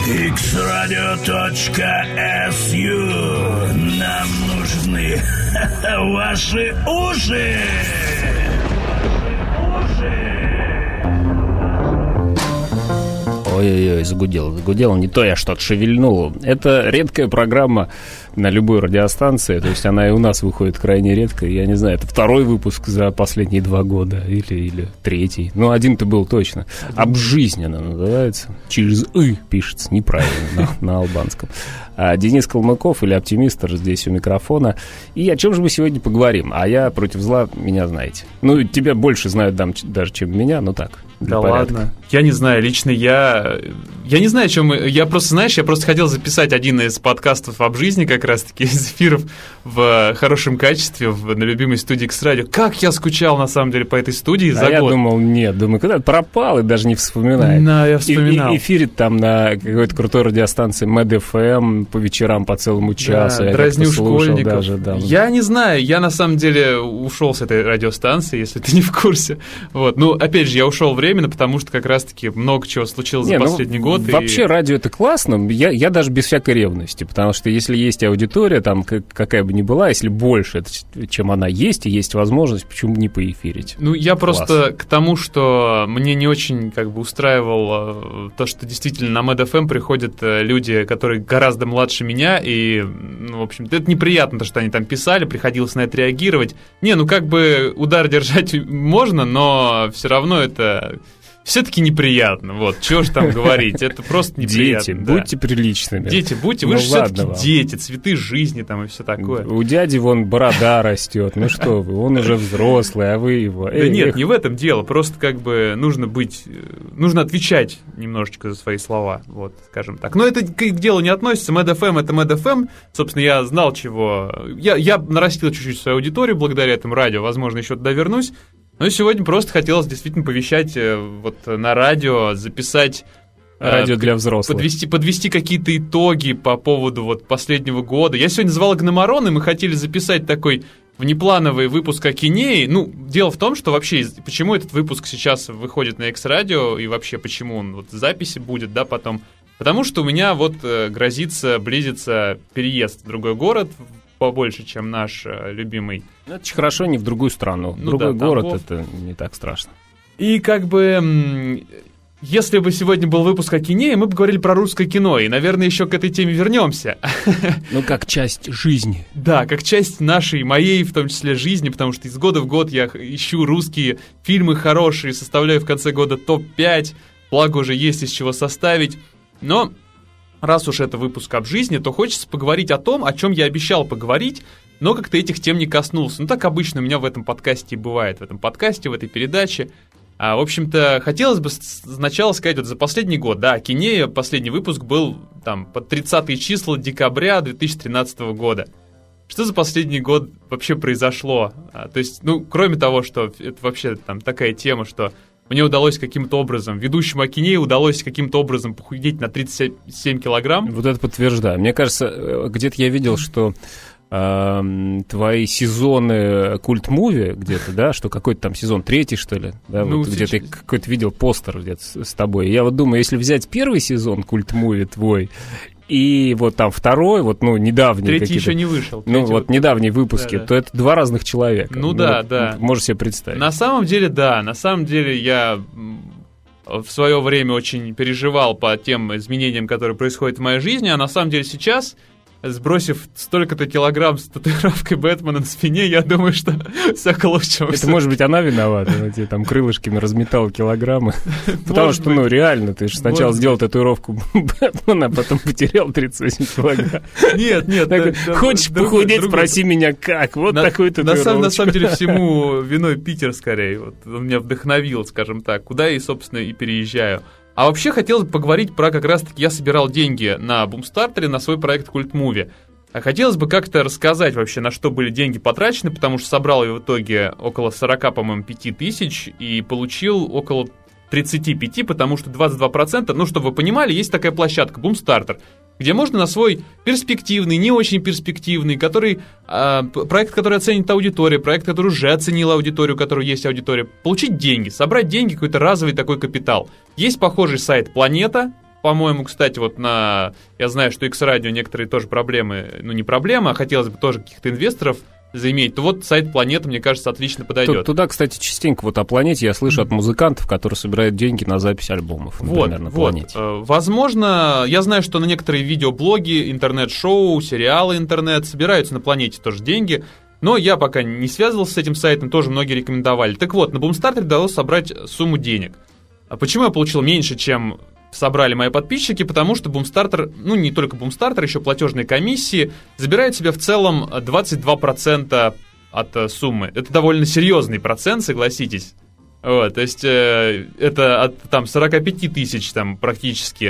xradio.su. Нам нужны ваши уши. Ой-ой-ой, загудел. Не то я что-то шевельнул. Это редкая программа на любой радиостанции. То есть она и у нас выходит крайне редко. Я не знаю, это второй выпуск за последние 2 года. Или третий. Ну, один-то был точно. «Обжизненно» называется. Через «ы» пишется неправильно на албанском. Денис Калмыков или «Оптимистр» здесь у микрофона. И о чем же мы сегодня поговорим? А я против зла, меня знаете. Ну, тебя больше знают даже, чем меня, но так. Да ладно. Я не знаю, лично я не знаю, о чем мы. Я просто хотел записать один из подкастов об жизни, как раз-таки, из эфиров в хорошем качестве, на любимой студии X-Radio. Как я скучал, на самом деле, по этой студии за год. Я думал, когда пропал и даже не вспоминаю. Да, я вспоминал. Эфирит там на какой-то крутой радиостанции Med.FM по вечерам по целому часу. Да, дразню школьников. Даже, да. Я не знаю, я на самом деле ушел с этой радиостанции, если ты не в курсе. Вот. Ну, опять же, я ушел временно, потому что как раз-таки много чего случилось за последний год. Вообще радио это классно, я даже без всякой ревности, потому что если есть аудитория, там какая бы ни была, если больше, чем она есть, и есть возможность, почему бы не поэфирить? Ну, я просто к тому, что мне не очень устраивало то, что действительно на Med.FM приходят люди, которые гораздо младше меня, и, в общем-то, это неприятно, то, что они там писали, приходилось на это реагировать. Удар держать можно, но все равно это... Все-таки неприятно, вот, чего ж там говорить, это просто неприятно. Дети, будьте приличными. Дети, будьте, вы же все-таки дети, цветы жизни там и все такое. У дяди вон борода растет, ну что вы, он уже взрослый, а вы его... Да нет, не в этом дело, просто нужно отвечать немножечко за свои слова, вот, скажем так. Но это к делу не относится, Med.FM это Med.FM, собственно, я знал чего... Я нарастил чуть-чуть свою аудиторию благодаря этому радио, возможно, еще туда вернусь. Ну, сегодня просто хотелось действительно повещать вот на радио, записать... Радио для взрослых. Подвести какие-то итоги по поводу вот последнего года. Я сегодня звал Игномарон, и мы хотели записать такой внеплановый выпуск о Кинее. Ну, дело в том, что вообще, почему этот выпуск сейчас выходит на X-Radio, и вообще почему он вот в записи будет, да, потом. Потому что у меня вот близится переезд в другой город, побольше, чем наш любимый. Это очень хорошо, не в другую страну. Другой город, это не так страшно. И если бы сегодня был выпуск о кине, мы бы говорили про русское кино, и, наверное, еще к этой теме вернемся. Ну, как часть жизни. Да, как часть моей, в том числе, жизни, потому что из года в год я ищу русские фильмы хорошие, составляю в конце года топ-5, благо уже есть из чего составить, но... Раз уж это выпуск об жизни, то хочется поговорить о том, о чем я обещал поговорить, но как-то этих тем не коснулся. Ну, так обычно у меня в этом подкасте и бывает, в этой передаче. В общем-то, хотелось бы сначала сказать, вот за последний год, да, Кинея, последний выпуск был там под 30 числа декабря 2013 года. Что за последний год вообще произошло? То есть, кроме того, что это вообще там такая тема, что... Мне удалось каким-то образом, ведущему Акинею удалось каким-то образом похудеть на 37 килограмм. Вот это подтверждаю. Мне кажется, где-то я видел, что твои сезоны культ-муви где-то, да, что какой-то там сезон 3, что ли, да, вот где-то я какой-то видел постер где-то с тобой. Я вот думаю, если взять первый сезон культ-муви твой и вот там второй, вот, недавний... Третий еще не вышел. Недавние выпуски, да. То это 2 разных человека. Да. Можешь себе представить. На самом деле, да. На самом деле, я в свое время очень переживал по тем изменениям, которые происходят в моей жизни, а на самом деле сейчас... Сбросив столько-то килограмм с татуировкой Бэтмена на спине, я думаю, что все к лучшему. Это, может быть, она виновата, она тебе там крылышками разметала килограммы. Потому что, реально, ты же сначала сделал татуировку Бэтмена, а потом потерял 38 килограмм. Нет. Хочешь похудеть, спроси меня как. Вот такую татуировку. На самом деле, всему виной Питер, скорее. Вот он меня вдохновил, скажем так, куда я, собственно, и переезжаю. А вообще хотелось бы поговорить про как раз-таки я собирал деньги на Бумстартере на свой проект Культ-муви. А хотелось бы как-то рассказать вообще, на что были деньги потрачены, потому что собрал я в итоге около 40, по-моему, 5 тысяч и получил около 35, потому что 22%, чтобы вы понимали, есть такая площадка Бумстартер, где можно на свой перспективный, не очень перспективный, проект, который оценит аудитория, проект, который уже оценила аудиторию, у которого есть аудитория, получить деньги, собрать деньги, какой-то разовый такой капитал. Есть похожий сайт Планета, по-моему, кстати, вот я знаю, что X-Radio некоторые тоже проблемы, ну не проблемы, а хотелось бы тоже каких-то инвесторов заиметь, то вот сайт «Планета», мне кажется, отлично подойдет. Туда, кстати, частенько вот о «Планете» я слышу от музыкантов, которые собирают деньги на запись альбомов, например, на «Планете». Возможно, я знаю, что на некоторые видеоблоги, интернет-шоу, сериалы интернет собираются на «Планете» тоже деньги, но я пока не связывался с этим сайтом, тоже многие рекомендовали. Так вот, на Boomstarter удалось собрать сумму денег. А почему я получил меньше, чем собрали мои подписчики? Потому что Boomstarter, ну не только Boomstarter, еще платежные комиссии забирают себе в целом 22% от суммы. Это довольно серьезный процент, согласитесь. Вот, то есть это от там 45 тысяч там практически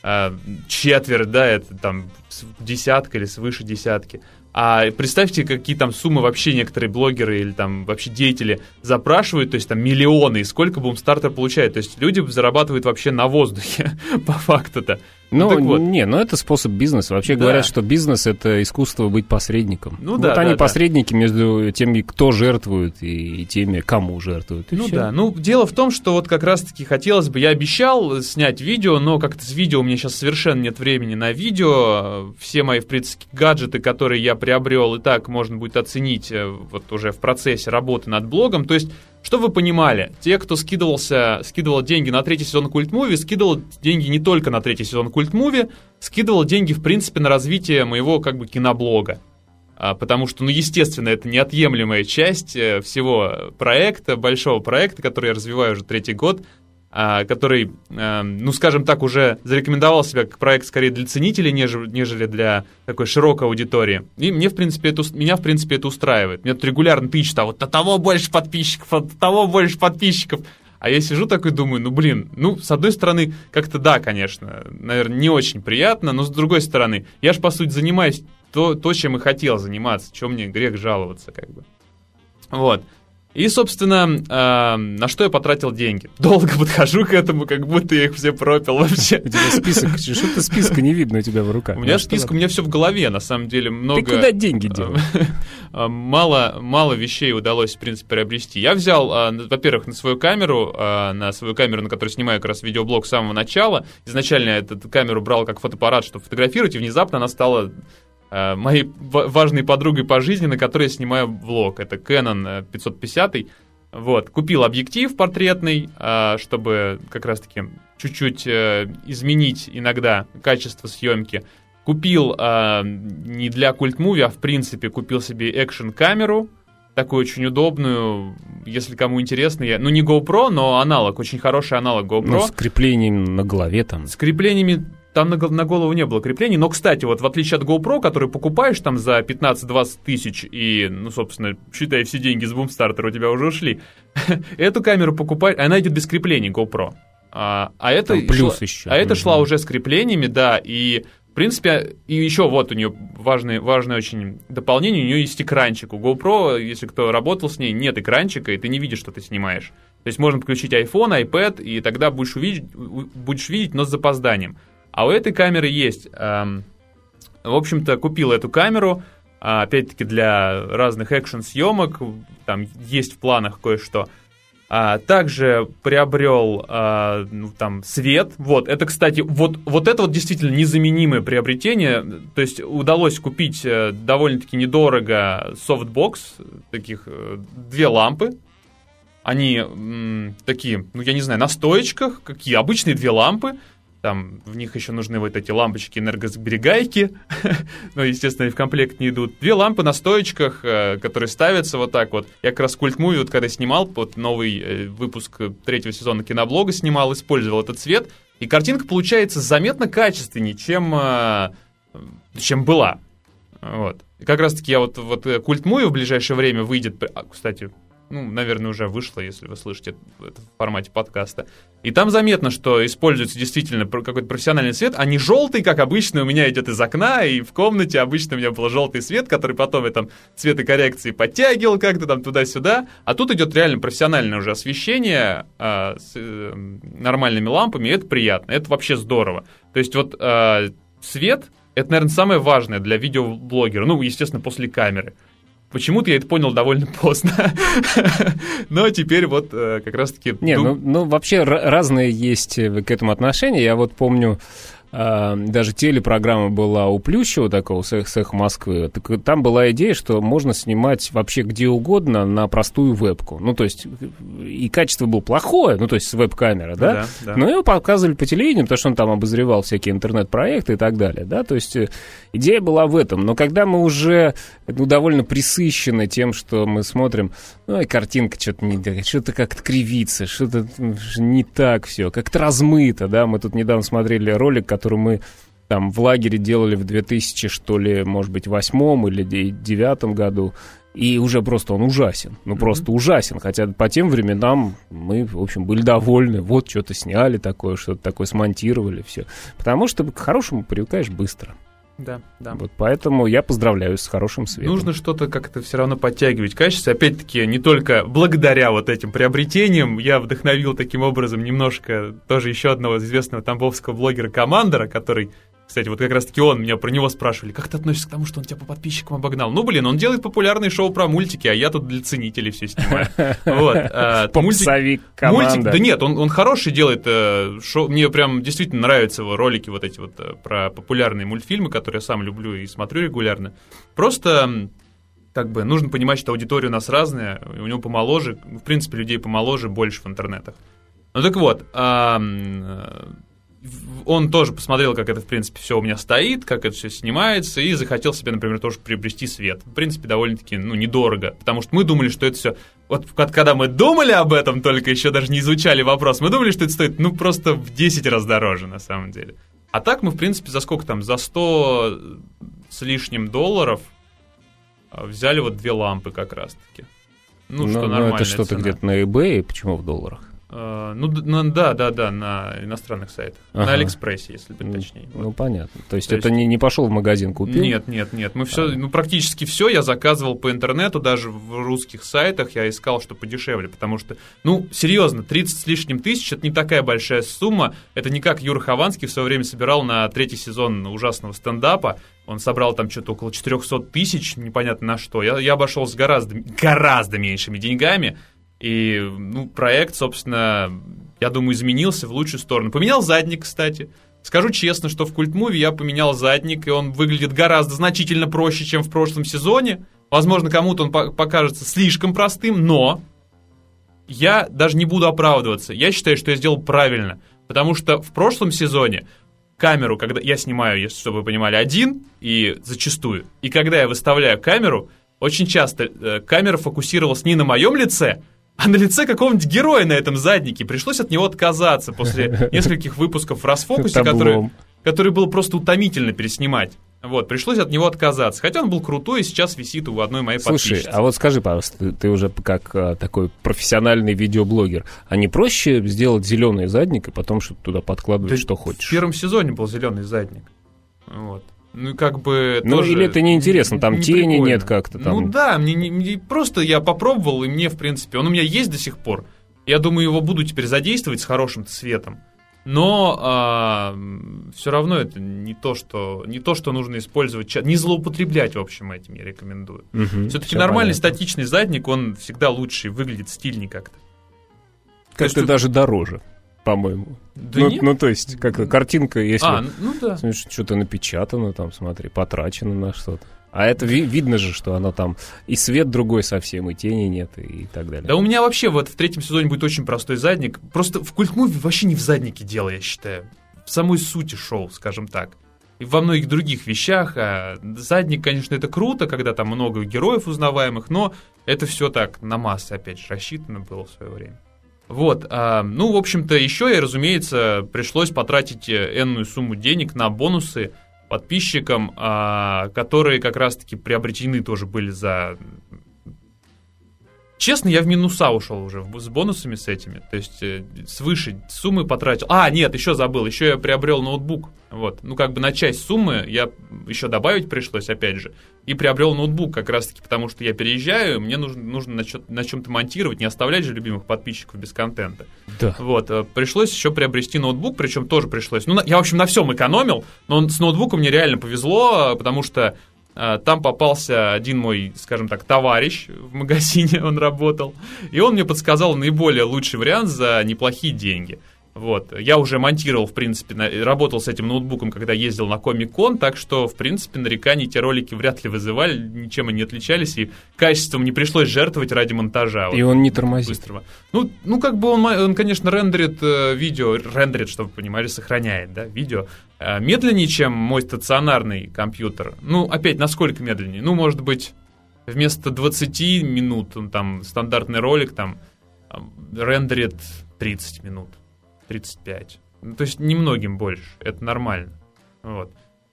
четверть, да, это там десятка или свыше десятки. А представьте, какие там суммы вообще некоторые блогеры или там вообще деятели запрашивают, то есть там миллионы, и сколько Boomstarter получает. То есть люди зарабатывают вообще на воздухе, по факту-то. Ну, это способ бизнеса. Вообще говорят, что бизнес — это искусство быть посредником. Ну да, они посредники между теми, кто жертвует, и теми, кому жертвуют. Дело в том, что вот как раз-таки хотелось бы, я обещал снять видео, но как-то с видео у меня сейчас совершенно нет времени на видео. Все мои, в принципе, гаджеты, которые я приобрел, и так можно будет оценить вот уже в процессе работы над блогом. То есть, чтобы вы понимали, те, кто скидывал деньги на 3-й сезон Культмуви, скидывал деньги не только на 3-й сезон Культмуви, скидывал деньги, в принципе, на развитие моего, как бы, киноблога. Потому что, естественно, это неотъемлемая часть всего проекта, большого проекта, который я развиваю уже 3-й год, который, скажем так, уже зарекомендовал себя как проект скорее для ценителей, нежели для такой широкой аудитории. И меня, в принципе, это устраивает. Меня тут регулярно тычут, вот от того больше подписчиков, от того больше подписчиков. А я сижу такой, думаю, с одной стороны, как-то да, конечно, наверное, не очень приятно, но с другой стороны, я же, по сути, занимаюсь то, чем и хотел заниматься, чем мне грех жаловаться, как бы. Вот. И, собственно, на что я потратил деньги? Долго подхожу к этому, как будто я их все пропил вообще. У тебя список, что-то списка не видно у тебя в руках. У меня список, у меня все в голове, на самом деле. Много. Ты куда деньги делаешь? Мало вещей удалось, в принципе, приобрести. Я взял, во-первых, на свою камеру, на которой снимаю как раз видеоблог с самого начала. Изначально я эту камеру брал как фотоаппарат, чтобы фотографировать, и внезапно она стала моей важной подругой по жизни, на которой я снимаю влог. Это Canon 550. Вот. Купил объектив портретный, чтобы как раз-таки чуть-чуть изменить иногда качество съемки. Купил не для Культмуви, а в принципе купил себе экшн-камеру, такую очень удобную, если кому интересно. Не GoPro, но аналог, очень хороший аналог GoPro. С креплением на голове там. С креплениями. Там на голову не было креплений, но, кстати, вот в отличие от GoPro, который покупаешь там за 15-20 тысяч и, собственно, считай, все деньги с Boomstarter у тебя уже ушли, эту камеру покупаешь, она идет без креплений GoPro. Это шла уже с креплениями, да, и, в принципе, и еще вот у нее важное очень дополнение, у нее есть экранчик. У GoPro, если кто работал с ней, нет экранчика, и ты не видишь, что ты снимаешь. То есть можно подключить iPhone, iPad, и тогда будешь видеть, но с запозданием. А у этой камеры есть. В общем-то, купил эту камеру, опять-таки, для разных экшн-съемок. Там есть в планах кое-что. Также приобрел свет. Вот, это, кстати, вот это вот действительно незаменимое приобретение. То есть удалось купить довольно-таки недорого софтбокс, таких 2 лампы. Они такие, я не знаю, на стоечках, какие обычные 2 лампы. Там в них еще нужны вот эти лампочки энергосберегайки, но, естественно, и в комплект не идут. 2 лампы на стоечках, которые ставятся вот так вот. Я как раз Культмуви, вот когда снимал, вот новый выпуск 3-го сезона киноблога снимал, использовал этот цвет, и картинка получается заметно качественнее, чем была. Вот. И как раз-таки я вот Культмуви в ближайшее время выйдет, кстати, наверное, уже вышло, если вы слышите это в формате подкаста. И там заметно, что используется действительно какой-то профессиональный свет, а не желтый, как обычно у меня идет из окна, и в комнате обычно у меня был желтый свет, который потом я там цветокоррекции подтягивал как-то там туда-сюда. А тут идет реально профессиональное уже освещение с нормальными лампами, и это приятно, это вообще здорово. То есть вот свет — это, наверное, самое важное для видеоблогера, естественно, после камеры. Почему-то я это понял довольно поздно. Но теперь вот как раз-таки... Ну, вообще разные есть к этому отношения. Я вот помню, даже телепрограмма была у Плющева, такого с «Эхо Москвы». Так, там была идея, что можно снимать вообще где угодно на простую вебку. Ну, то есть, и качество было плохое, ну, то есть, с веб-камеры, да? Да. Но его показывали по телевидению, потому что он там обозревал всякие интернет-проекты и так далее, да? То есть, идея была в этом. Но когда мы уже довольно присыщены тем, что мы смотрим, ну, и картинка что-то как-то кривится, что-то не так все, как-то размыто, да? Мы тут недавно смотрели ролик, который мы там в лагере делали в 2000, что ли, может быть, 8 или 2009 году, и уже просто он ужасен, просто ужасен, хотя по тем временам мы, в общем, были довольны, вот что-то сняли такое, что-то такое смонтировали, все, потому что к хорошему привыкаешь быстро. Да. Вот поэтому я поздравляю с хорошим светом. Нужно что-то как-то все равно подтягивать качество. Опять-таки, не только благодаря вот этим приобретениям я вдохновил таким образом немножко тоже еще одного известного тамбовского блогера Командера, который, кстати, вот как раз-таки меня про него спрашивали, как ты относишься к тому, что он тебя по подписчикам обогнал? Ну, блин, он делает популярные шоу про мультики, а я тут для ценителей все снимаю. Вот. Попсовик Командер. Да нет, он хороший делает шоу. Мне прям действительно нравятся его ролики вот эти вот про популярные мультфильмы, которые я сам люблю и смотрю регулярно. Просто как бы нужно понимать, что аудитория у нас разная, у него помоложе, в принципе, людей помоложе больше в интернетах. Ну так вот, он тоже посмотрел, как это, в принципе, все у меня стоит, как это все снимается, и захотел себе, например, тоже приобрести свет. В принципе, довольно-таки, недорого, потому что мы думали, что это все... Вот когда мы думали об этом, только еще даже не изучали вопрос, мы думали, что это стоит, просто в 10 раз дороже, на самом деле. А так мы, в принципе, за сколько там, за 100 с лишним долларов взяли вот 2 лампы как раз-таки. Что нормальная это что-то цена. где-то на eBay, почему в долларах? Да, на иностранных сайтах. На Алиэкспрессе, если быть точнее. Ну, понятно. То есть это не пошел в магазин, купил? Нет. Мы все, практически все я заказывал по интернету, даже в русских сайтах я искал, что подешевле, потому что, серьезно, 30 с лишним тысяч — это не такая большая сумма. Это не как Юра Хованский в свое время собирал на 3-й сезон ужасного стендапа. Он собрал там что-то около 400 тысяч, непонятно на что. Я обошел с гораздо меньшими деньгами. И, проект, собственно, я думаю, изменился в лучшую сторону. Поменял задник, кстати. Скажу честно, что в Культмуве я поменял задник, и он выглядит гораздо значительно проще, чем в прошлом сезоне. Возможно, кому-то он покажется слишком простым, но я даже не буду оправдываться. Я считаю, что я сделал правильно, потому что в прошлом сезоне камеру, когда я снимаю, чтобы вы понимали, один, и зачастую, и когда я выставляю камеру, очень часто камера фокусировалась не на моем лице, а на лице какого-нибудь героя на этом заднике. Пришлось от него отказаться после нескольких выпусков в расфокусе, который было просто утомительно переснимать. Вот, пришлось от него отказаться. Хотя он был крутой и сейчас висит у одной моей подписчицы. Слушай, а вот скажи, пожалуйста, ты уже как такой профессиональный видеоблогер, а не проще сделать зеленый задник и потом что-то туда подкладывать, что хочешь? В первом сезоне был зеленый задник. Вот. Тоже или это неинтересно, там тени нет как-то там. Мне просто я попробовал, и мне, в принципе, он у меня есть до сих пор. Я думаю, его буду теперь задействовать с хорошим цветом. Но все равно это не то, что нужно использовать, не злоупотреблять, в общем, этим я рекомендую. Все-таки нормальный статичный задник, он всегда лучше выглядит, стильнее как-то. Как-то даже дороже, по-моему. Да нет? То есть, как картинка, если да. Что-то напечатано, там, смотри, потрачено на что-то. А это видно же, что оно там и свет другой совсем, и тени нет, и так далее. Да у меня вообще в 3-м сезоне будет очень простой задник. Просто в Культмуве вообще не в заднике дело, я считаю. В самой сути шоу, скажем так. И во многих других вещах. Задник, конечно, это круто, когда там много героев узнаваемых, но это все так на массы, опять же, рассчитано было в свое время. Вот, в общем-то, еще и, разумеется, пришлось потратить энную сумму денег на бонусы подписчикам, которые как раз-таки приобретены тоже были за... Честно, я в минуса ушел уже с бонусами с этими, то есть свыше суммы потратил. Нет, еще забыл, еще я приобрел ноутбук. Вот, на часть суммы я еще добавить пришлось, опять же, и приобрел ноутбук как раз-таки, потому что я переезжаю, мне нужно на чем-то монтировать, не оставлять же любимых подписчиков без контента. Да. Вот, пришлось еще приобрести ноутбук, причем тоже пришлось. Я, в общем, на всем экономил, но с ноутбуком мне реально повезло, потому что там попался один мой, скажем так, товарищ в магазине, он работал, и он мне подсказал наиболее лучший вариант за неплохие деньги. Вот. Я уже монтировал, в принципе, работал с этим ноутбуком, когда ездил на Комик-кон, так что, в принципе, нареканий те ролики вряд ли вызывали, ничем они не отличались, и качеством не пришлось жертвовать ради монтажа. И вот, он не тормозит. Быстрого. Ну, как бы он, конечно, рендерит видео, чтобы вы понимали, сохраняет, да, видео, медленнее, чем мой стационарный компьютер. Ну, опять, насколько медленнее? Ну, может быть, вместо 20 минут, там, стандартный ролик, там, рендерит 30 минут. 35. Ну, то есть немногим больше. Это нормально. Вот.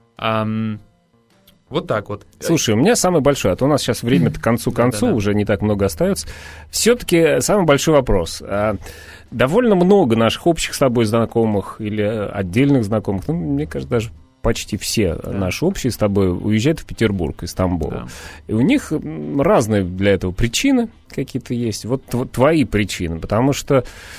Вот так вот. Слушай, у меня самый большой, а то у нас сейчас время-то к концу, уже не так много остается. Все-таки самый большой вопрос. Довольно много наших общих с тобой знакомых или отдельных знакомых, ну, мне кажется, даже почти все наши общие с тобой уезжают в Петербург из Тамбова. Да. И у них разные для этого причины какие-то есть. Вот твои причины, потому что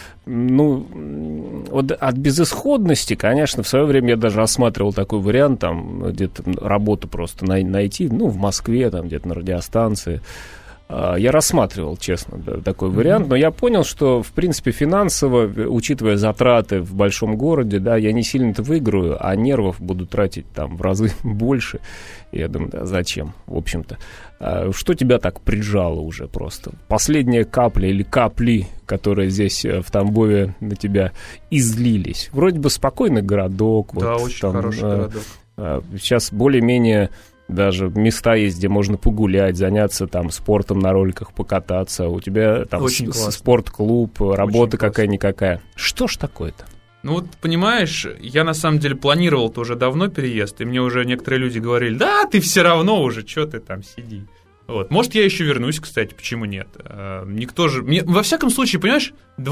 вот от безысходности, конечно, в свое время я даже рассматривал такой вариант, там, где-то работу просто найти, в Москве, там, где-то на радиостанции. Я рассматривал, честно, такой вариант, но я понял, что, в принципе, финансово, учитывая затраты в большом городе, да, я не сильно-то выиграю, а нервов буду тратить там в разы больше. Я думаю, да, зачем, в общем-то. Что тебя так приджало уже просто? Последняя капля или капли, которые здесь в Тамбове на тебя излились. Вроде бы спокойный городок. Да, вот, очень хороший городок. Сейчас более-менее даже места есть, где можно погулять, заняться там спортом на роликах, покататься. У тебя там спортклуб, работа какая-никакая. Что ж такое-то? Ну вот, понимаешь, я на самом деле планировал-то уже давно переезд, и мне уже некоторые люди говорили, да, ты все равно уже, что ты там сиди. Вот. Может, я еще вернусь, кстати, почему нет? Никто же... Во всяком случае, понимаешь,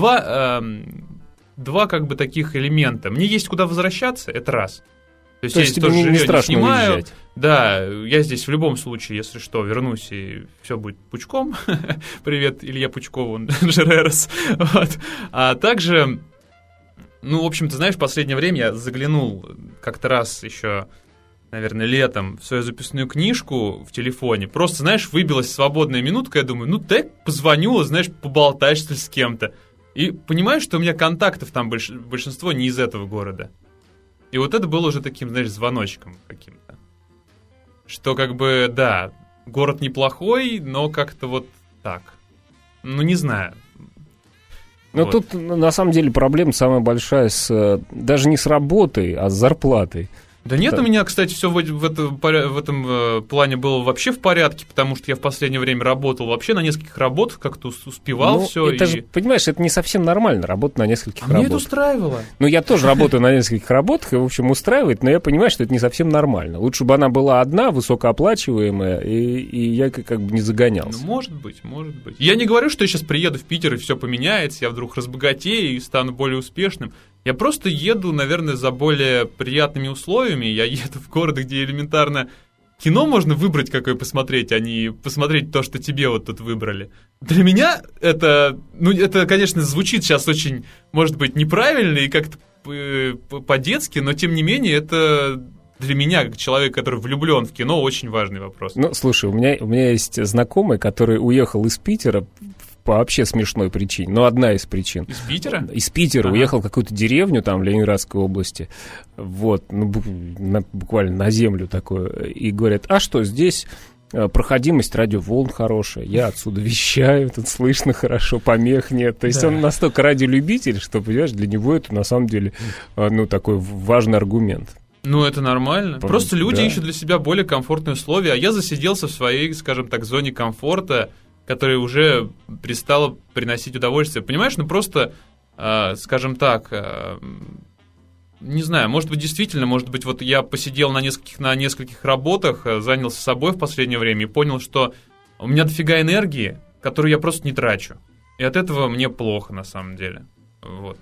два как бы таких элемента. Мне есть куда возвращаться, это раз. То есть тебе не страшно уезжать? Да, я здесь в любом случае, если что, вернусь, и все будет пучком. Привет, Илья Пучков, он Жерерос. Вот. А также... Ну, в общем-то, знаешь, в последнее время я заглянул как-то раз еще, наверное, летом в свою записную книжку в телефоне. Просто, знаешь, выбилась свободная минутка, я думаю, так позвоню, знаешь, поболтать, что ли, с кем-то. И понимаешь, что у меня контактов там большинство не из этого города. И вот это было уже таким, знаешь, звоночком каким-то. Что как бы, да, город неплохой, но как-то вот так. Ну, не знаю. Но вот. Тут, на самом деле, проблема самая большая даже не с работой, а с зарплатой. Да нет, у меня, кстати, все в этом плане было вообще в порядке, потому что я в последнее время работал вообще на нескольких работах, как-то успевал все. Это же, понимаешь, это не совсем нормально, работать на нескольких работах. Мне это устраивало. Ну, я тоже работаю на нескольких работах, и, в общем, устраивает, но я понимаю, что это не совсем нормально. Лучше бы она была одна, высокооплачиваемая, и я как бы не загонялся. Ну, может быть. Я не говорю, что я сейчас приеду в Питер, и все поменяется, я вдруг разбогатею и стану более успешным. Я просто еду, наверное, за более приятными условиями. Я еду в город, где элементарно кино можно выбрать, какое посмотреть, а не посмотреть то, что тебе вот тут выбрали. Для меня это, конечно, звучит сейчас очень, может быть, неправильно и как-то по-детски, но, тем не менее, это для меня, как человека, который влюблен в кино, очень важный вопрос. Ну, слушай, у меня есть знакомый, который уехал из Питера по вообще смешной причине, но одна из причин. Из Питера? Из Питера, уехал в какую-то деревню там в Ленинградской области, вот, буквально на землю такое, и говорят, а что, здесь проходимость радиоволн хорошая, я отсюда вещаю, тут слышно хорошо, помех нет, то есть он настолько радиолюбитель, что, понимаешь, для него это на самом деле, такой важный аргумент. Ну, это нормально. Просто люди ищут для себя более комфортные условия, а я засиделся в своей, скажем так, зоне комфорта, которая уже перестала приносить удовольствие. Понимаешь, просто, скажем так, не знаю, может быть, действительно, может быть, вот я посидел на нескольких работах, занялся собой в последнее время и понял, что у меня дофига энергии, которую я просто не трачу. И от этого мне плохо, на самом деле. Вот.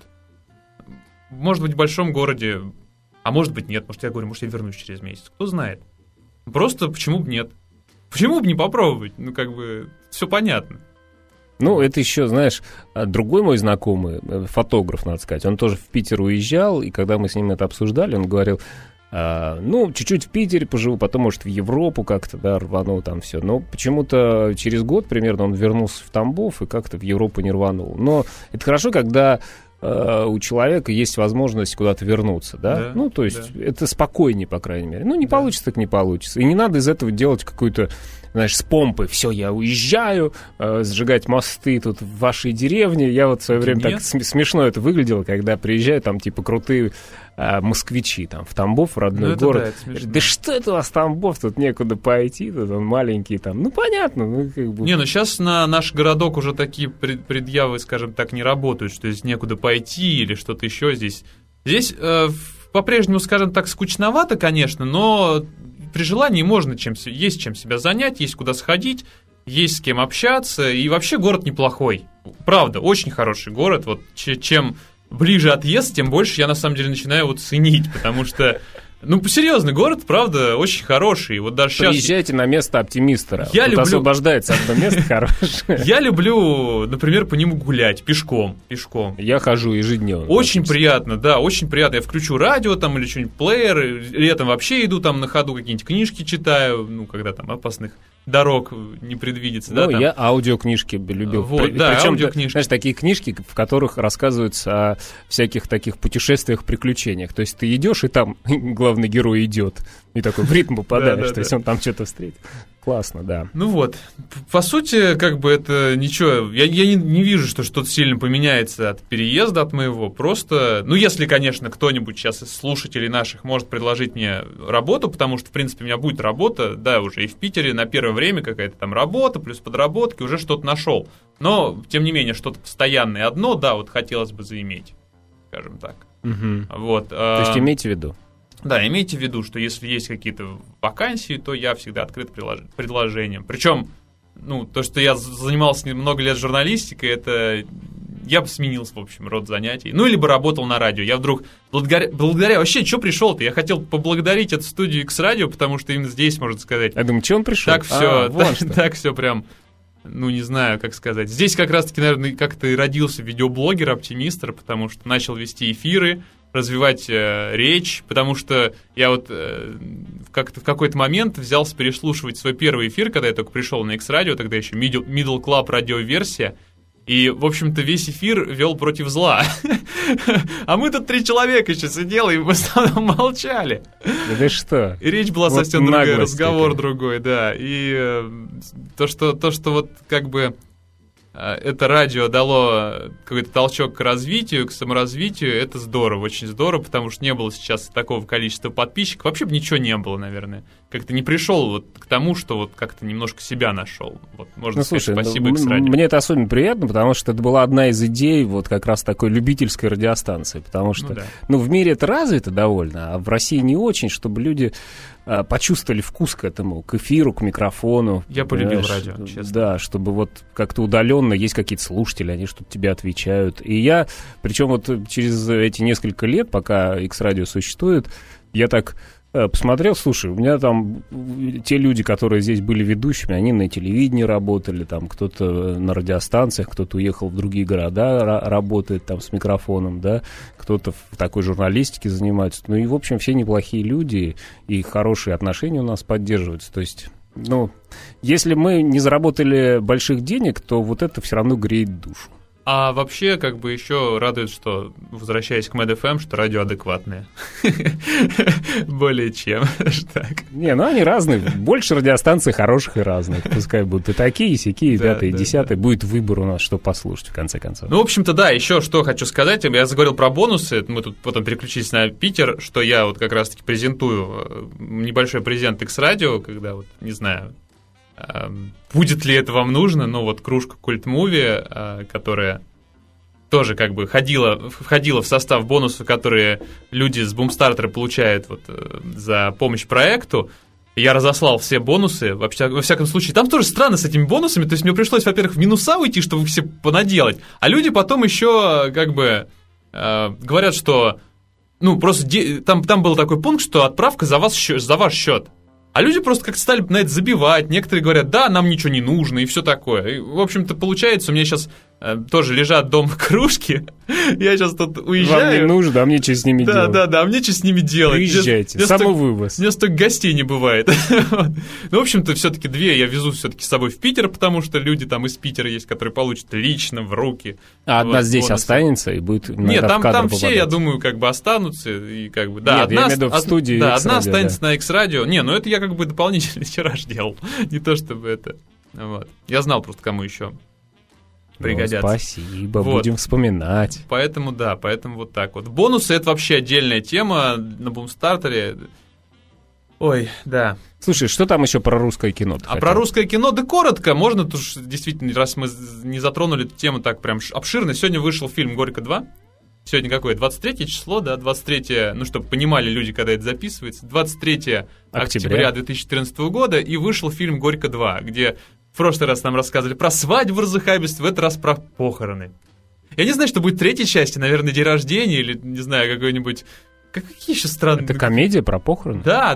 Может быть, в большом городе, а может быть, нет. Может, я вернусь через месяц. Кто знает. Просто почему бы нет? Почему бы не попробовать? Все понятно. Это еще, знаешь, другой мой знакомый, фотограф, надо сказать, он тоже в Питер уезжал, и когда мы с ним это обсуждали, он говорил, Чуть-чуть в Питере поживу, потом, может, в Европу как-то, да, рванул там все. Но почему-то через год примерно он вернулся в Тамбов и как-то в Европу не рванул. Но это хорошо, когда у человека есть возможность куда-то вернуться, да? То есть это спокойнее, по крайней мере. Не получится, так не получится. И не надо из этого делать какую-то, знаешь, с помпой. Все, я уезжаю, сжигать мосты тут в вашей деревне. Я вот в свое время так смешно это выглядело, когда приезжаю, там, типа, крутые москвичи, там, в Тамбов, в родной город. Да что это у вас Тамбов, тут некуда пойти, тут он маленький, там. Понятно, как бы. Сейчас на наш городок уже такие предъявы, скажем так, не работают, что здесь некуда пойти или что-то еще здесь. Здесь по-прежнему, скажем так, скучновато, конечно, но при желании можно есть чем себя занять, есть куда сходить, есть с кем общаться, и вообще город неплохой. Правда, очень хороший город. Вот чем ближе отъезд, тем больше я на самом деле начинаю его ценить, потому что, серьезно, город, правда, очень хороший. Вот даже сейчас... Приезжайте на место оптимистра. Освобождается одно место хорошее. Я люблю, например, по нему гулять пешком. Я хожу ежедневно. Очень приятно, да, очень приятно. Я включу радио там или что-нибудь, плеер, летом вообще иду там на ходу, какие-нибудь книжки читаю, когда там опасных дорог не предвидится. Я аудиокнижки любил. Причем, аудиокнижки. Знаешь, такие книжки, в которых рассказываются о всяких таких путешествиях, приключениях. То есть ты идешь, и там главный герой идет. И такой в ритм попадаешь, то есть он там что-то встретит. Классно, да. По сути, как бы это ничего, я не вижу, что что-то сильно поменяется от переезда от моего, просто, если, конечно, кто-нибудь сейчас из слушателей наших может предложить мне работу, потому что, в принципе, у меня будет работа, да, уже и в Питере на первое время какая-то там работа, плюс подработки, уже что-то нашел, но, тем не менее, что-то постоянное одно, да, вот хотелось бы заиметь, скажем так. Угу. То есть имейте в виду. Да, имейте в виду, что если есть какие-то вакансии, то я всегда открыт предложениям. Причем, то, что я занимался много лет журналистикой, это я бы сменил, в общем, род занятий. Либо работал на радио. Я вдруг, благодаря вообще, что пришел-то? Я хотел поблагодарить эту студию X-Radio, потому что именно здесь, можно сказать. Я думаю, что он пришел? Так все прям, не знаю, как сказать. Здесь как раз-таки, наверное, как-то и родился видеоблогер, оптимистр, потому что начал вести эфиры, развивать речь, потому что я как-то в какой-то момент взялся переслушивать свой первый эфир, когда я только пришел на X-Radio, тогда еще Middle Club радиоверсия, и, в общем-то, весь эфир вел против зла. А мы тут 3 человека еще сидели, и в основном молчали. Да что? И речь была совсем другая, разговор другой, да. И то, что вот как бы это радио дало какой-то толчок к развитию, к саморазвитию, это здорово, очень здорово, потому что не было сейчас такого количества подписчиков, вообще бы ничего не было, наверное. Как-то не пришел к тому, что как-то немножко себя нашел. Можно сказать, спасибо X-Radio. Мне это особенно приятно, потому что это была одна из идей как раз такой любительской радиостанции, потому что, в мире это развито довольно, а в России не очень, чтобы люди почувствовали вкус к этому, к эфиру, к микрофону. Я полюбил радио, честно. Да, чтобы как-то удаленно есть какие-то слушатели, они что-то тебе отвечают. И я, причем через эти несколько лет, пока X-Radio существует, я так посмотрел, слушай, у меня там те люди, которые здесь были ведущими, они на телевидении работали, там кто-то на радиостанциях, кто-то уехал в другие города, работает там с микрофоном, да, кто-то в такой журналистике занимается. И, в общем, все неплохие люди, и хорошие отношения у нас поддерживаются. То есть, если мы не заработали больших денег, то это все равно греет душу. А вообще, еще радует, что, возвращаясь к Mad.fm, что радио адекватное. Более чем. Не, они разные. Больше радиостанций хороших и разных. Пускай будут и такие, и сякие, и пятые, и десятые. Будет выбор у нас, что послушать, в конце концов. В общем-то, да, еще что хочу сказать. Я заговорил про бонусы. Мы тут потом переключились на Питер, что я как раз-таки презентую небольшой презент X-Radio, когда не знаю... Будет ли это вам нужно? Кружка Cult Movie, которая тоже входила в состав бонусов, которые люди с Бумстартера получают за помощь проекту. Я разослал все бонусы, во всяком случае. Там тоже странно с этими бонусами, то есть мне пришлось, во-первых, в минуса уйти, чтобы все понаделать, а люди потом еще говорят, что просто там был такой пункт, что отправка за ваш счет. А люди просто как-то стали на это забивать. Некоторые говорят, да, нам ничего не нужно, и все такое. И, в общем-то, получается, у меня сейчас тоже лежат дома кружки. Я сейчас тут уезжаю. Вам не нужно, а мне что с ними делать? Да, а мне что с ними делать? Приезжайте, самовывоз. У меня столько гостей не бывает. Ну, в общем-то, все-таки 2 я везу все-таки с собой в Питер, потому что люди там из Питера есть, которые получат лично в руки. А одна здесь останется и будет иногда в кадр попадать? Нет, там все, я думаю, как бы останутся. И как бы, да, нет, я имею в виду в студии да, одна останется на X-Radio. Не, ну это я как бы дополнительный тираж делал. Не то, чтобы это... Вот. Я знал просто, кому еще пригодятся. Ну, спасибо, вот. Будем вспоминать. Поэтому вот так вот. Бонусы — это вообще отдельная тема на Бумстартере. Ой, да. Слушай, что там еще про русское кино? Про русское кино, да коротко, можно, тут действительно, раз мы не затронули эту тему так прям обширно. Сегодня вышел фильм «Горько 2». Сегодня какое? 23 число, да? 23, ну, чтобы понимали люди, когда это записывается. 23 октября 2014 года, и вышел фильм «Горько 2», где в прошлый раз нам рассказывали про свадьбу в разухабистстве, в этот раз про похороны. Я не знаю, что будет в 3-й части, наверное, день рождения или, не знаю, какой-нибудь... Какие еще странные... Это комедия про похороны? Да.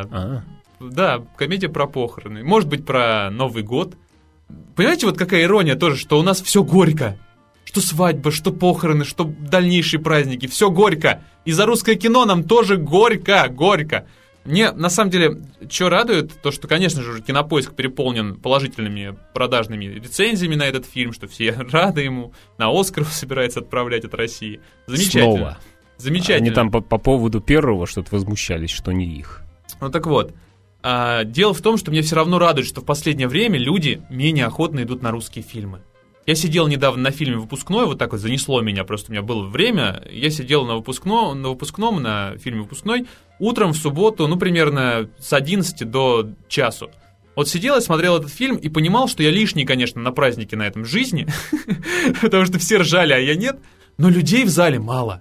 Да, комедия про похороны. Может быть, про Новый год. Понимаете, вот какая ирония тоже, что у нас все горько. Что свадьба, что похороны, что дальнейшие праздники. Все горько. И за русское кино нам тоже горько. Мне, на самом деле, что радует, то, что, конечно же, Кинопоиск переполнен положительными продажными рецензиями на этот фильм, что все рады ему, на Оскар собирается отправлять от России. Замечательно. Снова. Замечательно. Они там по поводу первого что-то возмущались, что не их. Ну так вот, дело в том, что мне все равно радует, что в последнее время люди менее охотно идут на русские фильмы. Я сидел недавно на фильме «Выпускной», вот так вот занесло меня, просто у меня было время. Я сидел на фильме «Выпускной» утром в субботу, ну, примерно с 11 до часу. Вот сидел и смотрел этот фильм и понимал, что я лишний, конечно, на празднике на этом жизни, потому что все ржали, а я нет, но людей в зале мало.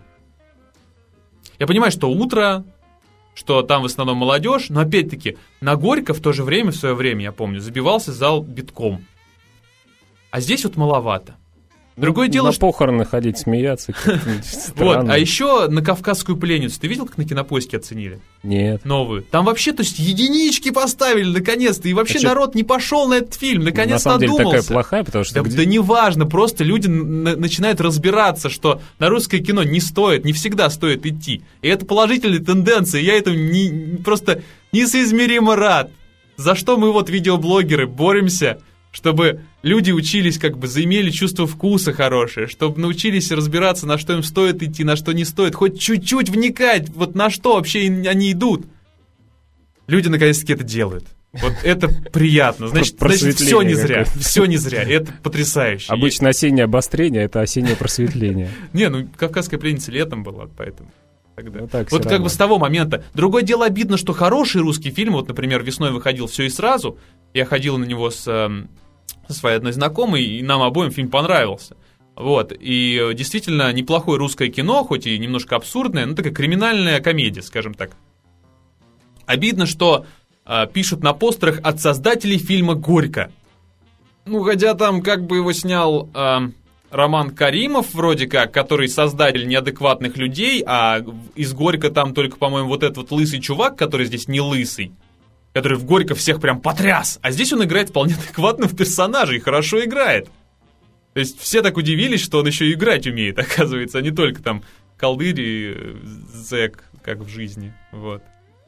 Я понимаю, что утро, что там в основном молодежь, но опять-таки на Горько в то же время, в свое время, я помню, забивался зал битком. А здесь вот маловато. Другое дело, на похороны ходить, смеяться. Вот, а еще на «Кавказскую пленницу». Ты видел, как на Кинопоиске оценили? Нет. Новую. Там вообще, то есть, единички поставили наконец-то. И вообще народ не пошел на этот фильм. Наконец-то надумался. На самом деле такая плохая, потому что... Да неважно, просто люди начинают разбираться, что на русское кино не всегда стоит идти. И это положительная тенденция. Я этому просто несоизмеримо рад. За что мы вот, видеоблогеры, боремся, чтобы люди учились, как бы заимели чувство вкуса хорошее, чтобы научились разбираться, на что им стоит идти, на что не стоит, хоть чуть-чуть вникать, вот на что вообще они идут. Люди наконец-таки это делают. Вот это приятно. Значит, все не зря. Все не зря. Это потрясающе. Обычно осеннее обострение — это осеннее просветление. Не, ну «Кавказская пленница» летом была, поэтому... Тогда. Ну, так, вот как бы с того момента. Другое дело, обидно, что хороший русский фильм, вот, например, весной выходил «Все и сразу», я ходил на него со своей одной знакомой, и нам обоим фильм понравился. Вот. И действительно неплохое русское кино, хоть и немножко абсурдное, но такая криминальная комедия, скажем так. Обидно, что пишут на постерах от создателей фильма «Горько». Ну, хотя там как бы его снял Роман Каримов, вроде как, который создатель неадекватных людей, а из «Горько» там только, по-моему, вот этот вот лысый чувак, который здесь не лысый, который в «Горько» всех прям потряс. А здесь он играет вполне адекватного персонажа и хорошо играет. То есть все так удивились, что он еще и играть умеет, оказывается, а не только там колдырь и зэк, как в жизни. Вот.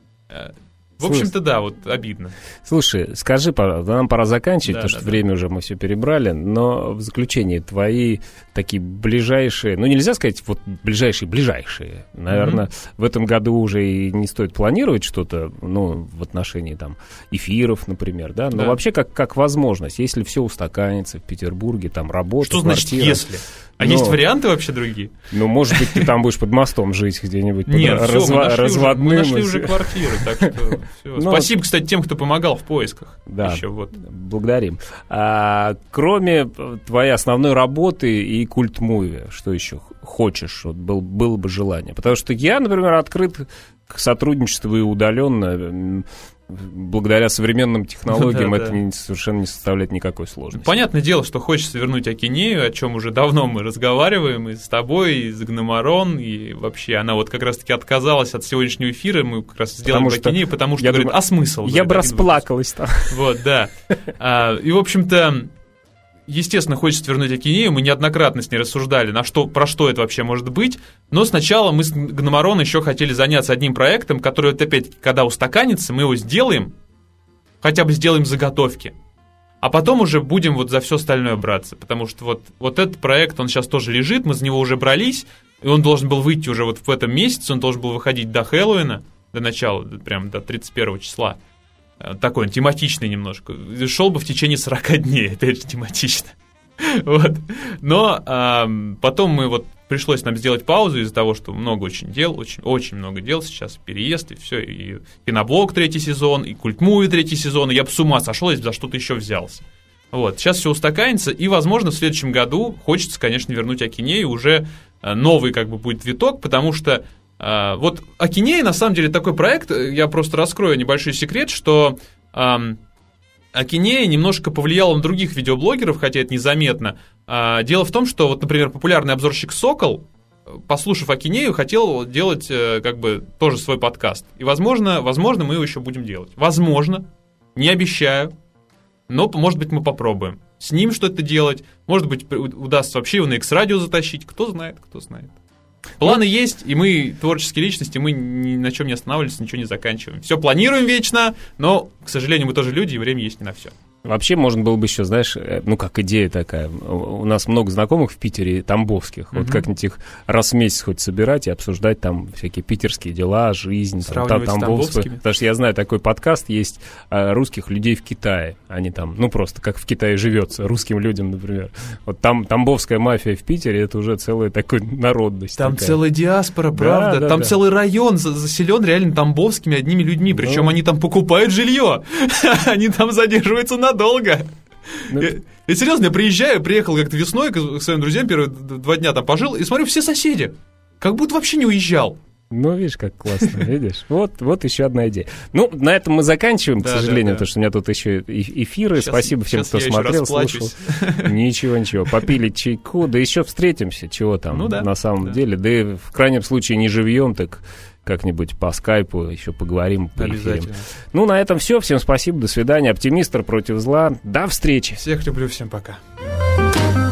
В общем-то, да, вот обидно. Слушай, скажи, нам пора заканчивать, потому что время уже мы все перебрали, но в заключение твои такие ближайшие, ну нельзя сказать вот ближайшие, наверное, в этом году уже и не стоит планировать что-то, ну, в отношении там эфиров, например, да, но вообще как возможность, если все устаканится в Петербурге, там работа, что значит «если»? А есть варианты вообще другие? Ну, может быть, ты там будешь под мостом жить где-нибудь. Нет, разводным. Мы нашли уже квартиры, так что все. Спасибо, кстати, тем, кто помогал в поисках. Да, благодарим. Кроме твоей основной работы и культ-муви, что еще хочешь, вот было бы желание? Потому что я, например, открыт к сотрудничеству и удаленно. Благодаря современным технологиям это совершенно не составляет никакой сложности. Понятное дело, что хочется вернуть Акинею, о чем уже давно мы разговариваем, и с тобой, и с Гномарон, и вообще она вот как раз-таки отказалась от сегодняшнего эфира, мы как раз сделали Акинею, потому что, говорит, а смысл? Я бы расплакалась там. Вот, да. И, в общем-то, естественно, хочется вернуть Акинею, мы неоднократно с ней рассуждали, про что это вообще может быть, но сначала мы с Гономарон еще хотели заняться одним проектом, который, вот опять, когда устаканится, мы его сделаем, хотя бы сделаем заготовки, а потом уже будем вот за все остальное браться, потому что вот этот проект, он сейчас тоже лежит, мы за него уже брались, и он должен был выйти уже вот в этом месяце, он должен был выходить до Хэллоуина, до начала, прям до 31 числа. Такой он тематичный немножко. Шел бы в течение 40 дней, опять же, тематично. Вот. Но потом пришлось нам сделать паузу из-за того, что много очень дел, очень много дел сейчас, переезд и все, и Киноблог 3-й сезон, и Культмуви 3-й сезон, и я бы с ума сошел, если бы за что-то еще взялся. Вот. Сейчас все устаканится, и, возможно, в следующем году хочется, конечно, вернуть Акинею, уже новый как бы будет виток, потому что вот Акинея, на самом деле, такой проект, я просто раскрою небольшой секрет, что Акинея немножко повлияла на других видеоблогеров, хотя это незаметно. Дело в том, что, вот, например, популярный обзорщик Сокол, послушав Акинею, хотел делать как бы тоже свой подкаст. И, возможно, мы его еще будем делать. Возможно, не обещаю, но, может быть, мы попробуем с ним что-то делать. Может быть, удастся вообще его на X-радио затащить. Кто знает. Планы есть, и мы, творческие личности, мы ни на чем не останавливаемся, ничего не заканчиваем. Все планируем вечно, но, к сожалению, мы тоже люди, и время есть не на все. Вообще, можно было бы еще, знаешь, как идея такая. У нас много знакомых в Питере, тамбовских. Вот как-нибудь их раз в месяц хоть собирать и обсуждать там всякие питерские дела, жизнь. Сравнивать с тамбовскими. Потому что я знаю, такой подкаст есть русских людей в Китае. Они там, просто как в Китае живется, русским людям, например. Вот там тамбовская мафия в Питере, это уже целая такая народность. Там такая. Целая диаспора, правда? Да, там целый район заселен реально тамбовскими одними людьми. Причем они там покупают жилье. Они там задерживаются надолго. Я серьезно, я приехал как-то весной к своим друзьям, первые 2 дня там пожил, и смотрю, все соседи. Как будто вообще не уезжал. Видишь, как классно, видишь? Вот еще одна идея. На этом мы заканчиваем, к сожалению, потому что у меня тут еще эфиры. Спасибо всем, кто смотрел, слушал. Ничего. Попили чайку, да еще встретимся, чего там на самом деле. Да и в крайнем случае не живьем, так как-нибудь по скайпу еще поговорим, поэфирим. На этом все. Всем спасибо, до свидания. Оптимистр против зла. До встречи. Всех люблю, всем пока.